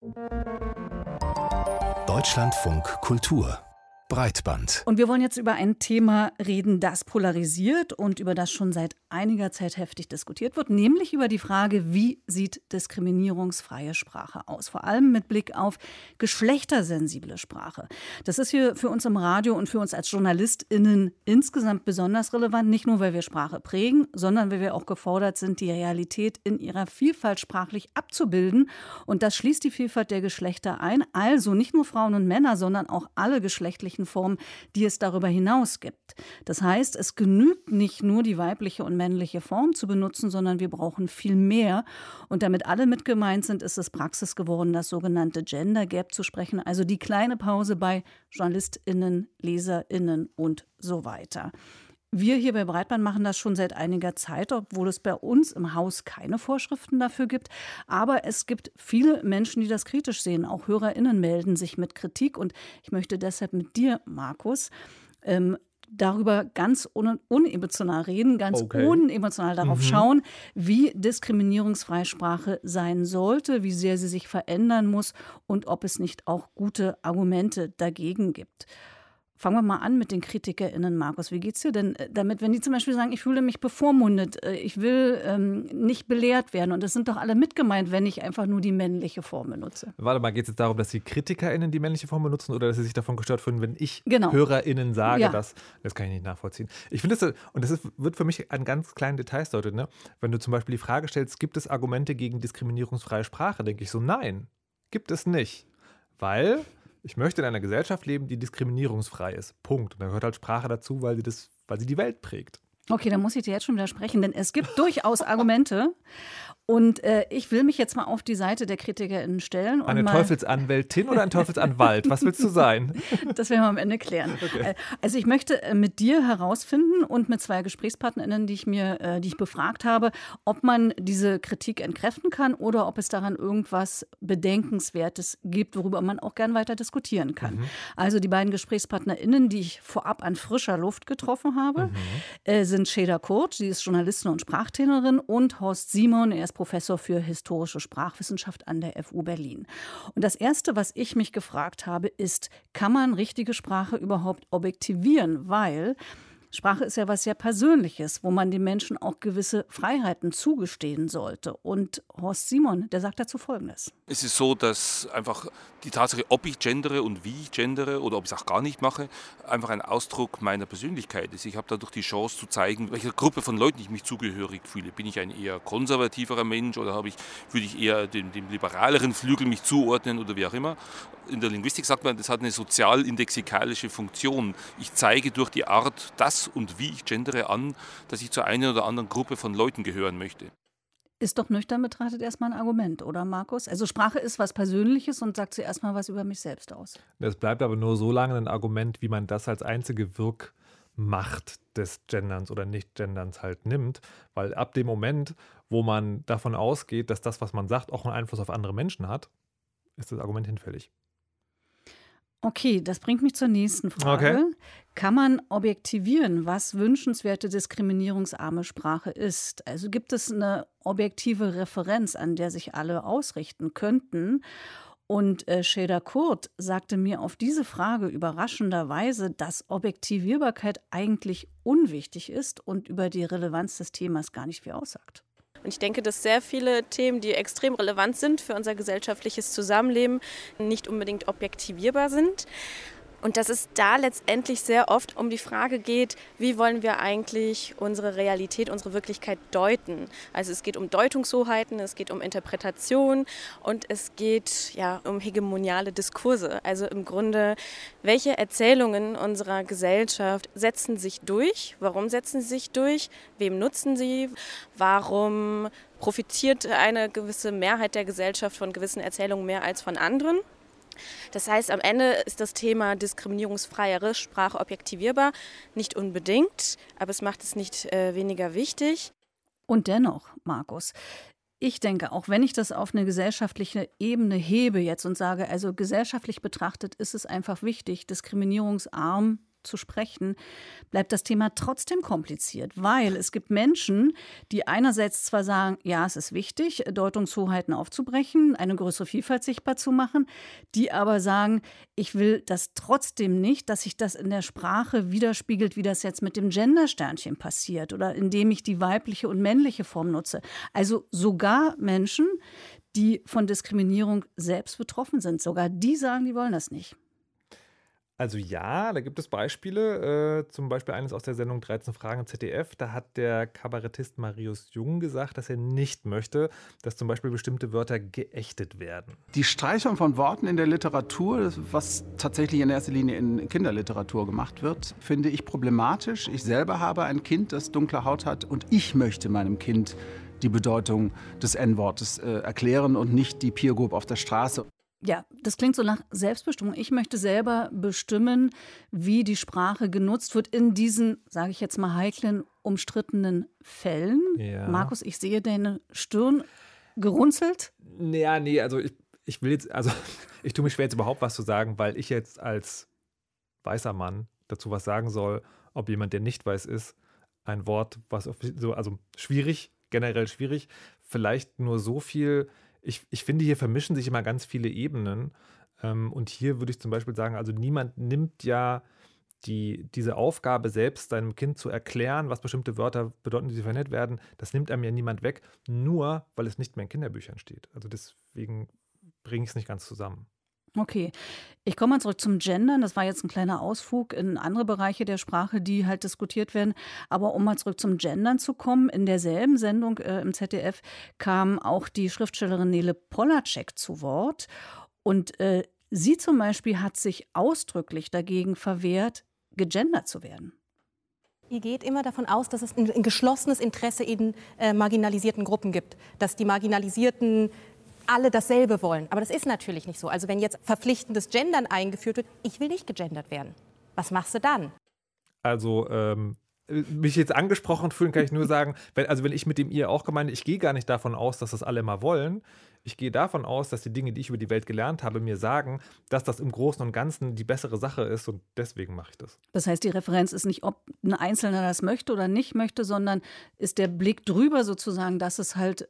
Deutschlandfunk Kultur Breitband. Und wir wollen jetzt über ein Thema reden, das polarisiert und über das schon seit einiger Zeit heftig diskutiert wird, nämlich über die Frage, wie sieht diskriminierungsfreie Sprache aus? Vor allem mit Blick auf geschlechtersensible Sprache. Das ist hier für uns im Radio und für uns als JournalistInnen insgesamt besonders relevant, nicht nur, weil wir Sprache prägen, sondern weil wir auch gefordert sind, die Realität in ihrer Vielfalt sprachlich abzubilden. Und das schließt die Vielfalt der Geschlechter ein, also nicht nur Frauen und Männer, sondern auch alle geschlechtlichen Formen, die es darüber hinaus gibt. Das heißt, es genügt nicht nur, die weibliche und männliche Form zu benutzen, sondern wir brauchen viel mehr. Und damit alle mit gemeint sind, ist es Praxis geworden, das sogenannte Gender Gap zu sprechen, also die kleine Pause bei JournalistInnen, LeserInnen und so weiter. Wir hier bei Breitband machen das schon seit einiger Zeit, obwohl es bei uns im Haus keine Vorschriften dafür gibt. Aber es gibt viele Menschen, die das kritisch sehen. Auch HörerInnen melden sich mit Kritik. Und ich möchte deshalb mit dir, Markus, darüber ganz unemotional reden, ganz unemotional darauf schauen, wie diskriminierungsfreie Sprache sein sollte, wie sehr sie sich verändern muss und ob es nicht auch gute Argumente dagegen gibt. Fangen wir mal an mit den KritikerInnen, Markus. Wie geht's dir denn damit, wenn die zum Beispiel sagen, ich fühle mich bevormundet, ich will nicht belehrt werden? Und das sind doch alle mitgemeint, wenn ich einfach nur die männliche Form benutze. Warte mal, geht es jetzt darum, dass die KritikerInnen die männliche Form benutzen oder dass sie sich davon gestört fühlen, wenn ich HörerInnen sage, das kann ich nicht nachvollziehen. Ich finde wird für mich an ganz kleinen Details deutet, ne? Wenn du zum Beispiel die Frage stellst, gibt es Argumente gegen diskriminierungsfreie Sprache, denke ich so, nein, gibt es nicht. Weil ich möchte in einer Gesellschaft leben, die diskriminierungsfrei ist. Punkt. Und da gehört halt Sprache dazu, weil sie die Welt prägt. Okay, dann muss ich dir jetzt schon widersprechen, denn es gibt durchaus Argumente. Und ich will mich jetzt mal auf die Seite der KritikerInnen stellen. Eine Teufelsanwältin oder ein Teufelsanwalt? Was willst du sein? Das werden wir am Ende klären. Okay. Also ich möchte mit dir herausfinden und mit 2 GesprächspartnerInnen, die ich befragt habe, ob man diese Kritik entkräften kann oder ob es daran irgendwas Bedenkenswertes gibt, worüber man auch gern weiter diskutieren kann. Also die beiden GesprächspartnerInnen, die ich vorab an frischer Luft getroffen habe, sind Şeyda Kurt, sie ist Journalistin und Sprachtrainerin, und Horst Simon, er ist Professor für historische Sprachwissenschaft an der FU Berlin. Und das Erste, was ich mich gefragt habe, ist, kann man richtige Sprache überhaupt objektivieren? Weil Sprache ist ja was sehr Persönliches, wo man den Menschen auch gewisse Freiheiten zugestehen sollte. Und Horst Simon, der sagt dazu Folgendes. Es ist so, dass einfach die Tatsache, ob ich gendere und wie ich gendere oder ob ich es auch gar nicht mache, einfach ein Ausdruck meiner Persönlichkeit ist. Ich habe dadurch die Chance zu zeigen, welcher Gruppe von Leuten ich mich zugehörig fühle. Bin ich ein eher konservativerer Mensch oder würde ich eher dem liberaleren Flügel mich zuordnen oder wie auch immer. In der Linguistik sagt man, das hat eine sozial-indexikalische Funktion. Ich zeige durch die Art, das und wie ich gendere an, dass ich zur einen oder anderen Gruppe von Leuten gehören möchte. Ist doch nüchtern betrachtet erstmal ein Argument, oder Markus? Also Sprache ist was Persönliches und sagt zuerst mal was über mich selbst aus. Das bleibt aber nur so lange ein Argument, wie man das als einzige Wirkmacht des Genderns oder Nicht-Genderns halt nimmt. Weil ab dem Moment, wo man davon ausgeht, dass das, was man sagt, auch einen Einfluss auf andere Menschen hat, ist das Argument hinfällig. Okay, das bringt mich zur nächsten Frage. Okay. Kann man objektivieren, was wünschenswerte diskriminierungsarme Sprache ist? Also gibt es eine objektive Referenz, an der sich alle ausrichten könnten? Und Şeyda Kurt sagte mir auf diese Frage überraschenderweise, dass Objektivierbarkeit eigentlich unwichtig ist und über die Relevanz des Themas gar nicht viel aussagt. Und ich denke, dass sehr viele Themen, die extrem relevant sind für unser gesellschaftliches Zusammenleben, nicht unbedingt objektivierbar sind. Und dass es da letztendlich sehr oft um die Frage geht, wie wollen wir eigentlich unsere Realität, unsere Wirklichkeit deuten. Also es geht um Deutungshoheiten, es geht um Interpretation und es geht um hegemoniale Diskurse. Also im Grunde, welche Erzählungen unserer Gesellschaft setzen sich durch? Warum setzen sie sich durch? Wem nutzen sie? Warum profitiert eine gewisse Mehrheit der Gesellschaft von gewissen Erzählungen mehr als von anderen? Das heißt, am Ende ist das Thema diskriminierungsfreiere Sprache objektivierbar. Nicht unbedingt, aber es macht es nicht weniger wichtig. Und dennoch, Markus, ich denke, auch wenn ich das auf eine gesellschaftliche Ebene hebe jetzt und sage, also gesellschaftlich betrachtet ist es einfach wichtig, diskriminierungsarm zu sprechen, bleibt das Thema trotzdem kompliziert, weil es gibt Menschen, die einerseits zwar sagen, ja, es ist wichtig, Deutungshoheiten aufzubrechen, eine größere Vielfalt sichtbar zu machen, die aber sagen, ich will das trotzdem nicht, dass sich das in der Sprache widerspiegelt, wie das jetzt mit dem Gendersternchen passiert oder indem ich die weibliche und männliche Form nutze. Also sogar Menschen, die von Diskriminierung selbst betroffen sind, sogar die sagen, die wollen das nicht. Also ja, da gibt es Beispiele, zum Beispiel eines aus der Sendung 13 Fragen im ZDF. Da hat der Kabarettist Marius Jung gesagt, dass er nicht möchte, dass zum Beispiel bestimmte Wörter geächtet werden. Die Streichung von Worten in der Literatur, was tatsächlich in erster Linie in Kinderliteratur gemacht wird, finde ich problematisch. Ich selber habe ein Kind, das dunkle Haut hat und ich möchte meinem Kind die Bedeutung des N-Wortes erklären und nicht die Peer Group auf der Straße. Ja, das klingt so nach Selbstbestimmung. Ich möchte selber bestimmen, wie die Sprache genutzt wird in diesen, sage ich jetzt mal, heiklen, umstrittenen Fällen. Ja. Markus, ich sehe deine Stirn gerunzelt. Ja, nee, also ich will jetzt, also ich tue mich schwer, jetzt überhaupt was zu sagen, weil ich jetzt als weißer Mann dazu was sagen soll, ob jemand, der nicht weiß ist, ein Wort, was so, also schwierig, generell schwierig, vielleicht nur so viel. Ich finde, hier vermischen sich immer ganz viele Ebenen. Und hier würde ich zum Beispiel sagen, also niemand nimmt ja diese Aufgabe selbst, seinem Kind zu erklären, was bestimmte Wörter bedeuten, die sie verwendet werden. Das nimmt einem ja niemand weg, nur weil es nicht mehr in Kinderbüchern steht. Also deswegen bringe ich es nicht ganz zusammen. Okay, ich komme mal zurück zum Gendern. Das war jetzt ein kleiner Ausflug in andere Bereiche der Sprache, die halt diskutiert werden. Aber um mal zurück zum Gendern zu kommen, in derselben Sendung im ZDF kam auch die Schriftstellerin Nele Polacek zu Wort. Und sie zum Beispiel hat sich ausdrücklich dagegen verwehrt, gegendert zu werden. Ihr geht immer davon aus, dass es ein geschlossenes Interesse in marginalisierten Gruppen gibt, dass die Marginalisierten alle dasselbe wollen. Aber das ist natürlich nicht so. Also wenn jetzt verpflichtendes Gendern eingeführt wird, ich will nicht gegendert werden. Was machst du dann? Also mich jetzt angesprochen fühlen, kann ich nur sagen, wenn ich mit dem ihr auch gemeint, ich gehe gar nicht davon aus, dass das alle immer wollen. Ich gehe davon aus, dass die Dinge, die ich über die Welt gelernt habe, mir sagen, dass das im Großen und Ganzen die bessere Sache ist und deswegen mache ich das. Das heißt, die Referenz ist nicht, ob ein Einzelner das möchte oder nicht möchte, sondern ist der Blick drüber sozusagen, dass es halt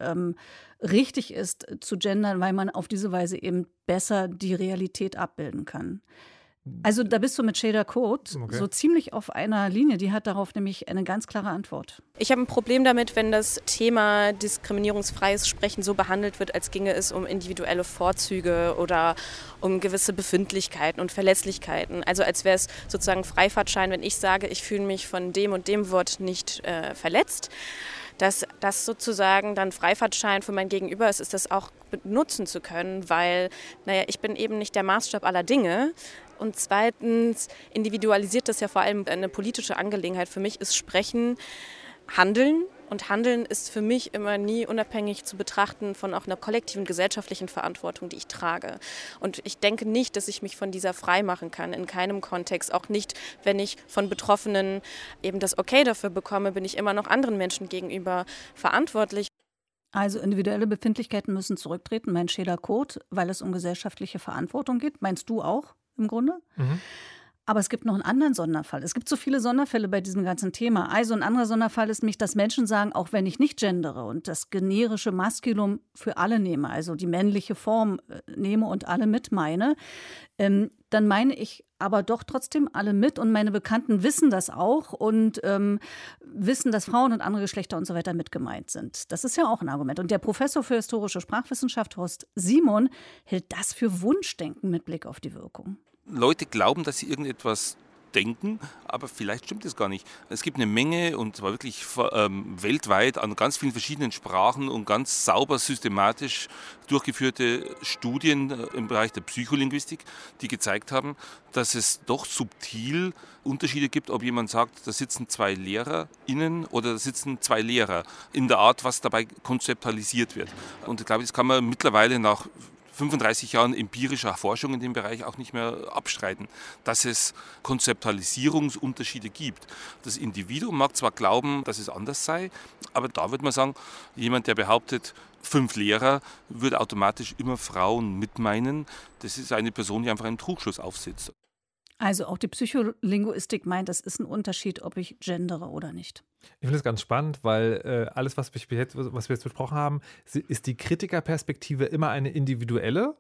richtig ist zu gendern, weil man auf diese Weise eben besser die Realität abbilden kann. Also da bist du mit Cheder Koth so ziemlich auf einer Linie. Die hat darauf nämlich eine ganz klare Antwort. Ich habe ein Problem damit, wenn das Thema diskriminierungsfreies Sprechen so behandelt wird, als ginge es um individuelle Vorzüge oder um gewisse Befindlichkeiten und Verletzlichkeiten. Also als wäre es sozusagen Freifahrtschein, wenn ich sage, ich fühle mich von dem und dem Wort nicht verletzt. Dass das sozusagen dann Freifahrtschein für mein Gegenüber ist das auch benutzen zu können, weil, ich bin eben nicht der Maßstab aller Dinge. Und zweitens individualisiert das ja vor allem eine politische Angelegenheit. Für mich ist Sprechen Handeln. Und Handeln ist für mich immer nie unabhängig zu betrachten von auch einer kollektiven gesellschaftlichen Verantwortung, die ich trage. Und ich denke nicht, dass ich mich von dieser frei machen kann, in keinem Kontext. Auch nicht, wenn ich von Betroffenen eben das Okay dafür bekomme, bin ich immer noch anderen Menschen gegenüber verantwortlich. Also individuelle Befindlichkeiten müssen zurücktreten, meint Cheder Koth, weil es um gesellschaftliche Verantwortung geht. Meinst du auch im Grunde? Mhm. Aber es gibt noch einen anderen Sonderfall. Es gibt so viele Sonderfälle bei diesem ganzen Thema. Also ein anderer Sonderfall ist nämlich, dass Menschen sagen, auch wenn ich nicht gendere und das generische Maskulum für alle nehme, also die männliche Form nehme und alle mit meine, dann meine ich aber doch trotzdem alle mit und meine Bekannten wissen das auch und wissen, dass Frauen und andere Geschlechter und so weiter mit gemeint sind. Das ist ja auch ein Argument. Und der Professor für historische Sprachwissenschaft, Horst Simon, hält das für Wunschdenken mit Blick auf die Wirkung. Leute glauben, dass sie irgendetwas denken, aber vielleicht stimmt es gar nicht. Es gibt eine Menge, und zwar wirklich weltweit, an ganz vielen verschiedenen Sprachen und ganz sauber systematisch durchgeführte Studien im Bereich der Psycholinguistik, die gezeigt haben, dass es doch subtil Unterschiede gibt, ob jemand sagt, da sitzen zwei LehrerInnen oder da sitzen zwei Lehrer, in der Art, was dabei konzeptualisiert wird. Und ich glaube, das kann man mittlerweile nach 35 Jahren empirischer Forschung in dem Bereich auch nicht mehr abstreiten, dass es Konzeptualisierungsunterschiede gibt. Das Individuum mag zwar glauben, dass es anders sei, aber da würde man sagen, jemand, der behauptet, 5 Lehrer, würde automatisch immer Frauen mitmeinen. Das ist eine Person, die einfach einen Trugschluss aufsetzt. Also auch die Psycholinguistik meint, es ist ein Unterschied, ob ich gendere oder nicht. Ich finde es ganz spannend, weil alles, was wir jetzt besprochen haben, ist die Kritikerperspektive immer eine individuelle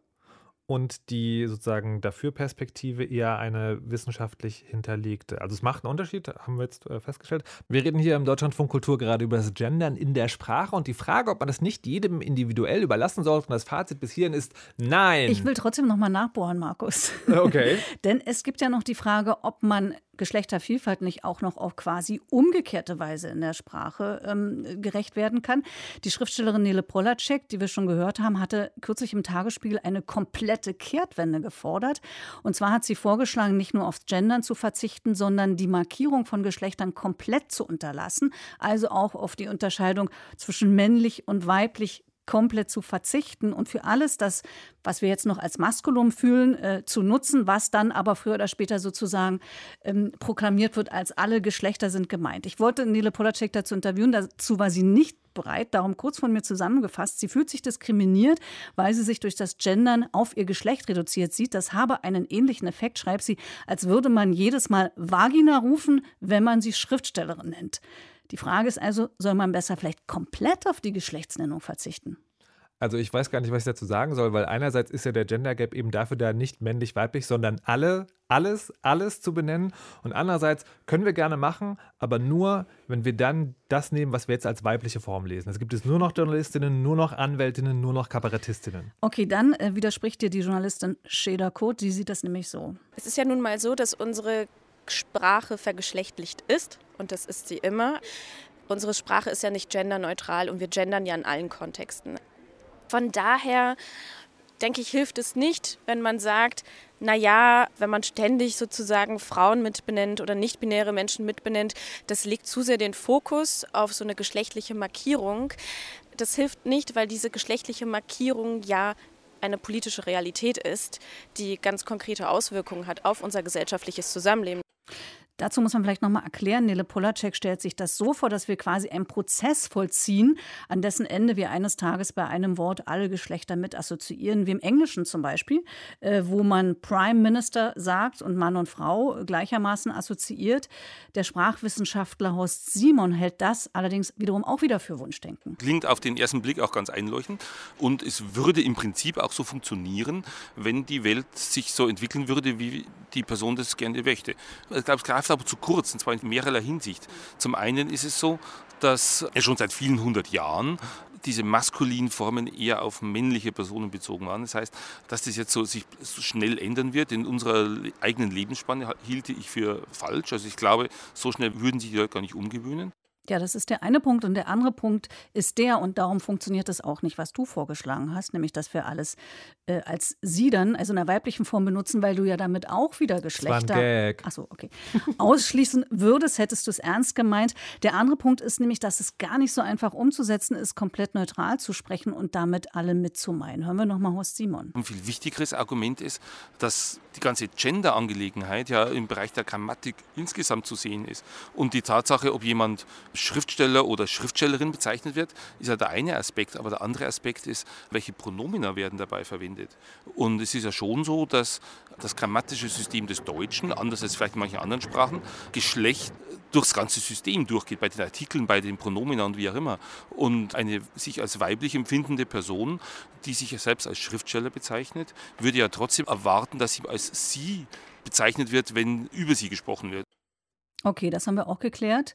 und die sozusagen Dafür-Perspektive eher eine wissenschaftlich hinterlegte. Also es macht einen Unterschied, haben wir jetzt festgestellt. Wir reden hier im Deutschlandfunk Kultur gerade über das Gendern in der Sprache und die Frage, ob man das nicht jedem individuell überlassen sollte. Und das Fazit bis hierhin ist nein. Ich will trotzdem noch mal nachbohren, Markus. Okay. Denn es gibt ja noch die Frage, ob man Geschlechtervielfalt nicht auch noch auf quasi umgekehrte Weise in der Sprache gerecht werden kann. Die Schriftstellerin Nele Polacek, die wir schon gehört haben, hatte kürzlich im Tagesspiegel eine komplette Kehrtwende gefordert. Und zwar hat sie vorgeschlagen, nicht nur aufs Gendern zu verzichten, sondern die Markierung von Geschlechtern komplett zu unterlassen. Also auch auf die Unterscheidung zwischen männlich und weiblich komplett zu verzichten und für alles das, was wir jetzt noch als Maskulum fühlen, zu nutzen, was dann aber früher oder später sozusagen proklamiert wird, als alle Geschlechter sind gemeint. Ich wollte Nele Polacek dazu interviewen, dazu war sie nicht bereit, darum kurz von mir zusammengefasst. Sie fühlt sich diskriminiert, weil sie sich durch das Gendern auf ihr Geschlecht reduziert sieht. Das habe einen ähnlichen Effekt, schreibt sie, als würde man jedes Mal Vagina rufen, wenn man sie Schriftstellerin nennt. Die Frage ist also, soll man besser vielleicht komplett auf die Geschlechtsnennung verzichten? Also ich weiß gar nicht, was ich dazu sagen soll, weil einerseits ist ja der Gender Gap eben dafür da, nicht männlich-weiblich, sondern alles zu benennen. Und andererseits können wir gerne machen, aber nur, wenn wir dann das nehmen, was wir jetzt als weibliche Form lesen. Es gibt nur noch Journalistinnen, nur noch Anwältinnen, nur noch Kabarettistinnen. Okay, dann widerspricht dir die Journalistin Sheda Kot, die sieht das nämlich so. Es ist ja nun mal so, dass unsere Sprache vergeschlechtlicht ist und das ist sie immer. Unsere Sprache ist ja nicht genderneutral und wir gendern ja in allen Kontexten. Von daher denke ich, hilft es nicht, wenn man sagt, naja, wenn man ständig sozusagen Frauen mitbenennt oder nicht-binäre Menschen mitbenennt, das legt zu sehr den Fokus auf so eine geschlechtliche Markierung. Das hilft nicht, weil diese geschlechtliche Markierung ja eine politische Realität ist, die ganz konkrete Auswirkungen hat auf unser gesellschaftliches Zusammenleben. Dazu muss man vielleicht noch mal erklären, Nele Polacek stellt sich das so vor, dass wir quasi einen Prozess vollziehen, an dessen Ende wir eines Tages bei einem Wort alle Geschlechter mit assoziieren, wie im Englischen zum Beispiel, wo man Prime Minister sagt und Mann und Frau gleichermaßen assoziiert. Der Sprachwissenschaftler Horst Simon hält das allerdings wiederum auch wieder für Wunschdenken. Klingt auf den ersten Blick auch ganz einleuchtend und es würde im Prinzip auch so funktionieren, wenn die Welt sich so entwickeln würde, wie die Person das gerne möchte. Ich glaube, es greift aber zu kurz, und zwar in mehrerlei Hinsicht. Zum einen ist es so, dass schon seit vielen hundert Jahren diese maskulinen Formen eher auf männliche Personen bezogen waren. Das heißt, dass das jetzt sich so schnell ändern wird in unserer eigenen Lebensspanne, hielte ich für falsch. Also ich glaube, so schnell würden sich die Leute gar nicht umgewöhnen. Ja, das ist der eine Punkt. Und der andere Punkt ist und darum funktioniert es auch nicht, was du vorgeschlagen hast, nämlich, dass wir alles als sie dann, also in der weiblichen Form benutzen, weil du ja damit auch wieder Geschlechter... Das war ein Gag. Achso, okay. Ausschließen würdest, hättest du es ernst gemeint. Der andere Punkt ist nämlich, dass es gar nicht so einfach umzusetzen ist, komplett neutral zu sprechen und damit alle mitzumeinen. Hören wir nochmal Horst Simon. Ein viel wichtigeres Argument ist, dass die ganze Gender-Angelegenheit ja im Bereich der Grammatik insgesamt zu sehen ist. Und die Tatsache, ob jemand Schriftsteller oder Schriftstellerin bezeichnet wird, ist ja der eine Aspekt. Aber der andere Aspekt ist, welche Pronomina werden dabei verwendet. Und es ist ja schon so, dass das grammatische System des Deutschen, anders als vielleicht in manchen anderen Sprachen, Geschlecht durchs ganze System durchgeht, bei den Artikeln, bei den Pronomina und wie auch immer. Und eine sich als weiblich empfindende Person, die sich ja selbst als Schriftsteller bezeichnet, würde ja trotzdem erwarten, dass sie als sie bezeichnet wird, wenn über sie gesprochen wird. Okay, das haben wir auch geklärt.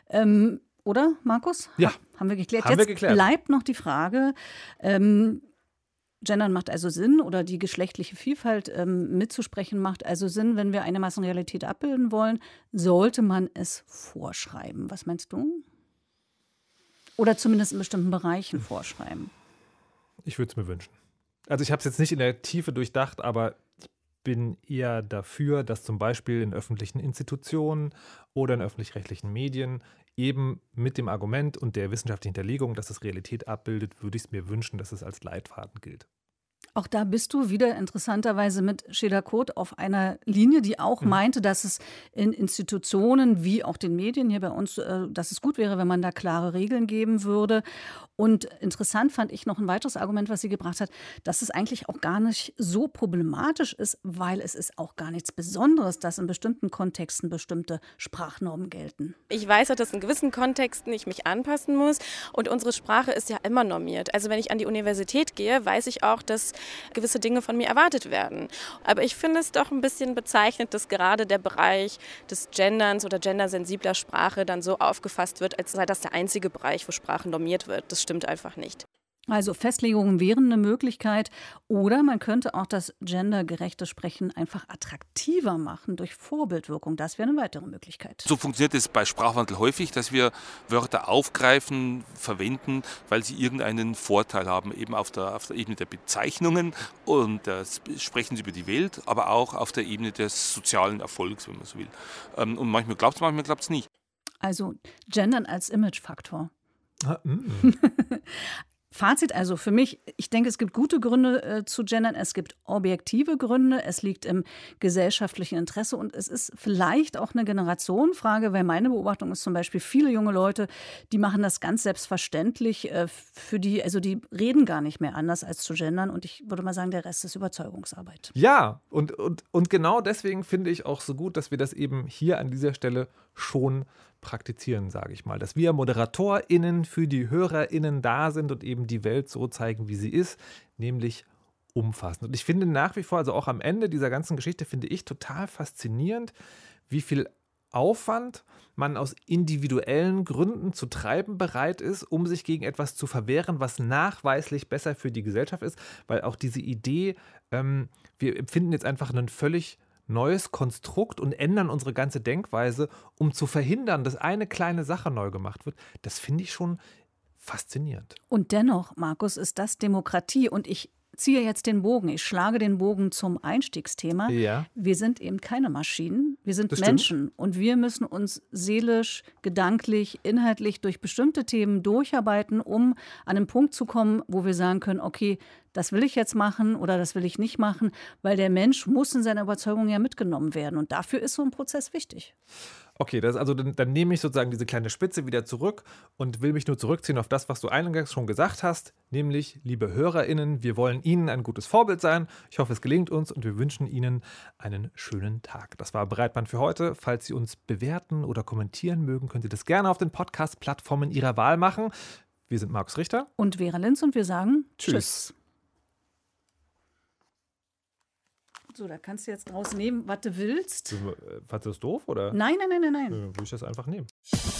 Oder, Markus? Ja. Haben wir geklärt. Jetzt bleibt noch die Frage, Gendern macht also Sinn oder die geschlechtliche Vielfalt mitzusprechen macht also Sinn, wenn wir eine Massenrealität abbilden wollen, sollte man es vorschreiben. Was meinst du? Oder zumindest in bestimmten Bereichen vorschreiben? Ich würde es mir wünschen. Also ich habe es jetzt nicht in der Tiefe durchdacht, aber ich bin eher dafür, dass zum Beispiel in öffentlichen Institutionen oder in öffentlich-rechtlichen Medien eben mit dem Argument und der wissenschaftlichen Hinterlegung, dass es Realität abbildet, würde ich es mir wünschen, dass es als Leitfaden gilt. Auch da bist du wieder interessanterweise mit Sheila Kurt auf einer Linie, die auch meinte, dass es in Institutionen wie auch den Medien hier bei uns, dass es gut wäre, wenn man da klare Regeln geben würde. Und interessant fand ich noch ein weiteres Argument, was sie gebracht hat, dass es eigentlich auch gar nicht so problematisch ist, weil es ist auch gar nichts Besonderes, dass in bestimmten Kontexten bestimmte Sprachnormen gelten. Ich weiß auch, dass in gewissen Kontexten ich mich anpassen muss und unsere Sprache ist ja immer normiert. Also wenn ich an die Universität gehe, weiß ich auch, dass gewisse Dinge von mir erwartet werden. Aber ich finde es doch ein bisschen bezeichnend, dass gerade der Bereich des Genderns oder gendersensibler Sprache dann so aufgefasst wird, als sei das der einzige Bereich, wo Sprache normiert wird. Das stimmt einfach nicht. Also Festlegungen wären eine Möglichkeit oder man könnte auch das gendergerechte Sprechen einfach attraktiver machen durch Vorbildwirkung. Das wäre eine weitere Möglichkeit. So funktioniert es bei Sprachwandel häufig, dass wir Wörter aufgreifen, verwenden, weil sie irgendeinen Vorteil haben, eben auf der Ebene der Bezeichnungen und des Sprechens über die Welt, aber auch auf der Ebene des sozialen Erfolgs, wenn man so will. Und manchmal klappt es nicht. Also Gendern als Imagefaktor. Fazit also für mich, ich denke, es gibt gute Gründe zu gendern, es gibt objektive Gründe, es liegt im gesellschaftlichen Interesse und es ist vielleicht auch eine Generationenfrage, weil meine Beobachtung ist zum Beispiel, viele junge Leute, die machen das ganz selbstverständlich, die reden gar nicht mehr anders als zu gendern und ich würde mal sagen, der Rest ist Überzeugungsarbeit. Ja, und genau deswegen finde ich auch so gut, dass wir das eben hier an dieser Stelle schon praktizieren, sage ich mal. Dass wir ModeratorInnen für die HörerInnen da sind und eben die Welt so zeigen, wie sie ist, nämlich umfassend. Und ich finde nach wie vor, also auch am Ende dieser ganzen Geschichte, finde ich total faszinierend, wie viel Aufwand man aus individuellen Gründen zu treiben bereit ist, um sich gegen etwas zu verwehren, was nachweislich besser für die Gesellschaft ist. Weil auch diese Idee, wir empfinden jetzt einfach ein völlig neues Konstrukt und ändern unsere ganze Denkweise, um zu verhindern, dass eine kleine Sache neu gemacht wird, das finde ich schon faszinierend. Und dennoch, Markus, ist das Demokratie und ich ziehe jetzt den Bogen, ich schlage den Bogen zum Einstiegsthema. Ja. Wir sind eben keine Maschinen, wir sind Das Menschen stimmt. und wir müssen uns seelisch, gedanklich, inhaltlich durch bestimmte Themen durcharbeiten, um an einen Punkt zu kommen, wo wir sagen können, okay, das will ich jetzt machen oder das will ich nicht machen, weil der Mensch muss in seiner Überzeugung ja mitgenommen werden und dafür ist so ein Prozess wichtig. Okay, dann nehme ich sozusagen diese kleine Spitze wieder zurück und will mich nur zurückziehen auf das, was du eingangs schon gesagt hast, nämlich, liebe HörerInnen, wir wollen Ihnen ein gutes Vorbild sein. Ich hoffe, es gelingt uns und wir wünschen Ihnen einen schönen Tag. Das war Breitband für heute. Falls Sie uns bewerten oder kommentieren mögen, können Sie das gerne auf den Podcast-Plattformen Ihrer Wahl machen. Wir sind Markus Richter und Vera Linz und wir sagen Tschüss. So, da kannst du jetzt draus nehmen, was du willst. Fandest du das doof, oder? Nein. Würde ich das einfach nehmen.